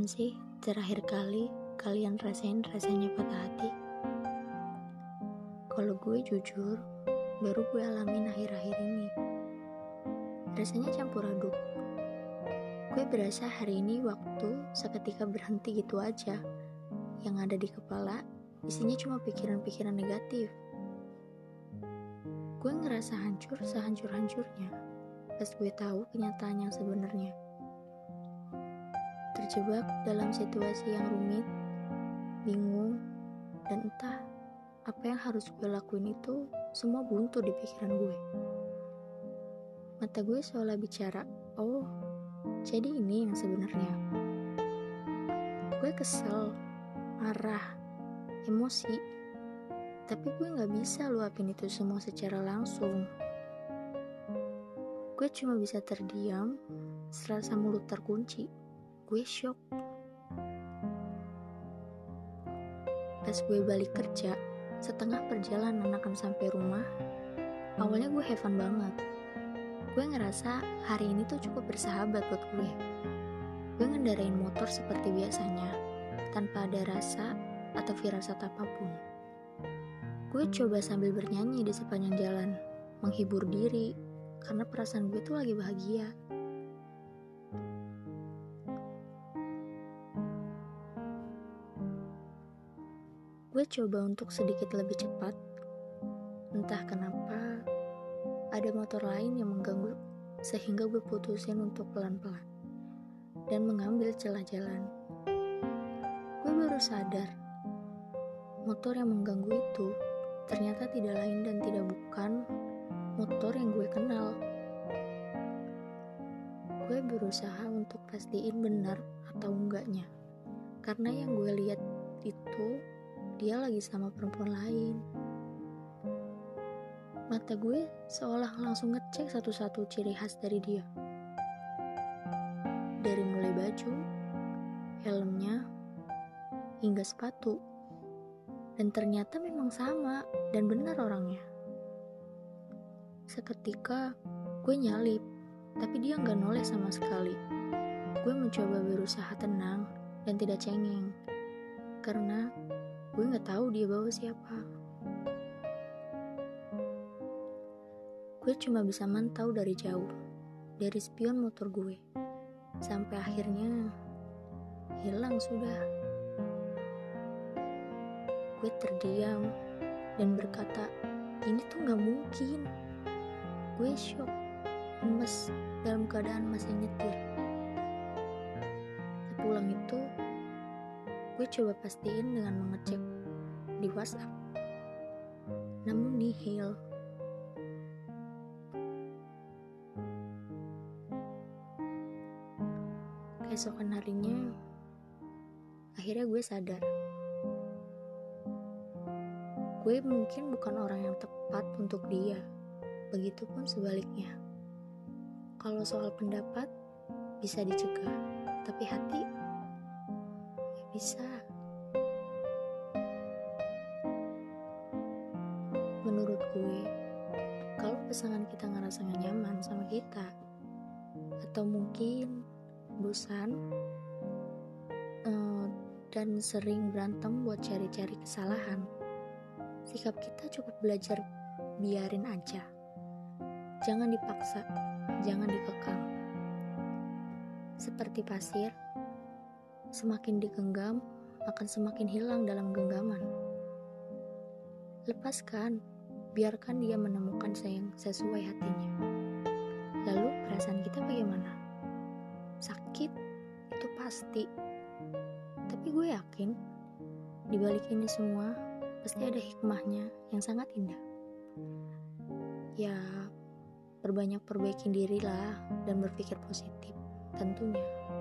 Kapan sih terakhir kali kalian rasain rasanya patah hati? Kalau gue jujur, baru gue alamin akhir-akhir ini. Rasanya campur aduk. Gue berasa hari ini waktu seketika berhenti gitu aja. Yang ada di kepala, isinya cuma pikiran-pikiran negatif. Gue ngerasa hancur sehancur-hancurnya pas gue tahu kenyataan yang sebenarnya. Terjebak dalam situasi yang rumit, bingung, dan entah apa yang harus gue lakuin itu semua buntu di pikiran gue. Mata gue seolah bicara, oh, jadi ini yang sebenarnya. Gue kesel, marah, emosi, tapi gue gak bisa luapin itu semua secara langsung. Gue cuma bisa terdiam, serasa mulut terkunci. Gue shock. Pas gue balik kerja, setengah perjalanan akan sampai rumah, awalnya gue have fun banget. Gue ngerasa hari ini tuh cukup bersahabat buat gue. Gue ngendarain motor seperti biasanya, tanpa ada rasa atau firasat apapun. Gue coba sambil bernyanyi di sepanjang jalan, menghibur diri, karena perasaan gue tuh lagi bahagia. Gue coba untuk sedikit lebih cepat. Entah kenapa, ada motor lain yang mengganggu, sehingga gue putusin untuk pelan-pelan dan mengambil celah jalan. Gue baru sadar, motor yang mengganggu itu ternyata tidak lain dan tidak bukan motor yang gue kenal. Gue berusaha untuk pastiin benar atau enggaknya, karena yang gue lihat itu dia lagi sama perempuan lain. Mata gue seolah langsung ngecek satu-satu ciri khas dari dia. Dari mulai baju, helmnya, hingga sepatu. Dan ternyata memang sama dan benar orangnya. Seketika gue nyalip, tapi dia gak noleh sama sekali. Gue mencoba berusaha tenang dan tidak cengeng, karena gue gak tahu dia bawa siapa. Gue cuma bisa mantau dari jauh, dari spion motor gue, sampai akhirnya hilang sudah. Gue terdiam dan berkata, ini tuh gak mungkin. Gue shock, lemes dalam keadaan masih nyetir. Sepulang itu, gue coba pastiin dengan mengecek di WhatsApp, namun nihil. Keesokan harinya, akhirnya gue sadar, gue mungkin bukan orang yang tepat untuk dia. Begitupun sebaliknya. Kalau soal pendapat bisa dicegah, tapi hati gak bisa. Menurut gue, kalau pasangan kita ngerasa gak nyaman sama kita, atau mungkin bosan dan sering berantem buat cari-cari kesalahan, sikap kita cukup belajar biarin aja. Jangan dipaksa, jangan dikekang. Seperti pasir, semakin digenggam akan semakin hilang dalam genggaman. Lepaskan, biarkan dia menemukan yang sesuai hatinya. Lalu perasaan kita bagaimana? Sakit, itu pasti. Tapi gue yakin, di balik ini semua pasti ada hikmahnya yang sangat indah. Ya, perbanyak perbaikin diri lah dan berpikir positif, tentunya.